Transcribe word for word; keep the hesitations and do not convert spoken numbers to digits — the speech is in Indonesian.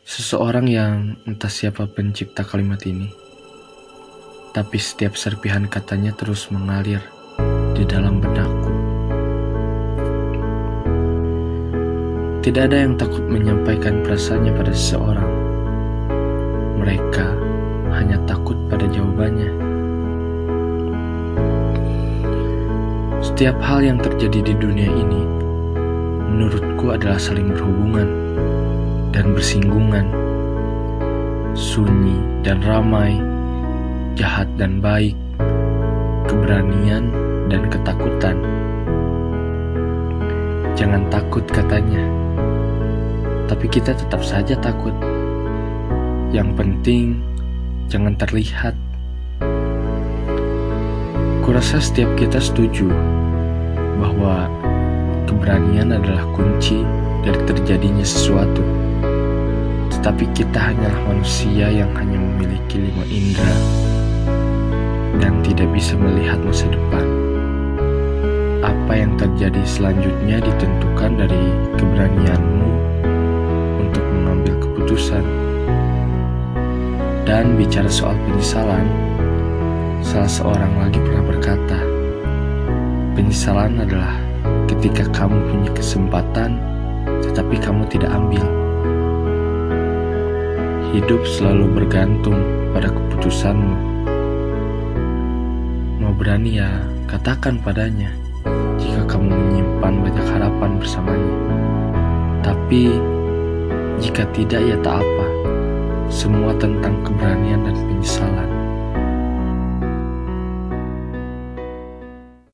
Seseorang yang entah siapa pencipta kalimat ini, tapi setiap serpihan katanya terus mengalir di dalam benakku. Tidak ada yang takut menyampaikan perasaannya pada seseorang. Mereka hanya takut pada jawabannya. Setiap hal yang terjadi di dunia ini, menurutku adalah saling berhubungan dan bersinggungan, sunyi dan ramai, jahat dan baik, keberanian dan ketakutan. Jangan takut katanya, tapi kita tetap saja takut. Yang penting jangan terlihat. Kurasa setiap kita setuju bahwa keberanian adalah kunci dari terjadinya sesuatu. Tetapi kita hanyalah manusia yang hanya memiliki lima indera dan tidak bisa melihat masa depan. Apa yang terjadi selanjutnya ditentukan dari keberanianmu untuk mengambil keputusan. Dan bicara soal penyesalan, salah seorang lagi pernah berkata, penyesalan adalah ketika kamu punya kesempatan tetapi kamu tidak ambil. Hidup selalu bergantung pada keputusanmu. Mau berani ya, katakan padanya jika kamu menyimpan banyak harapan bersamanya. Tapi jika tidak ya tak apa. Semua tentang keberanian dan penyesalan.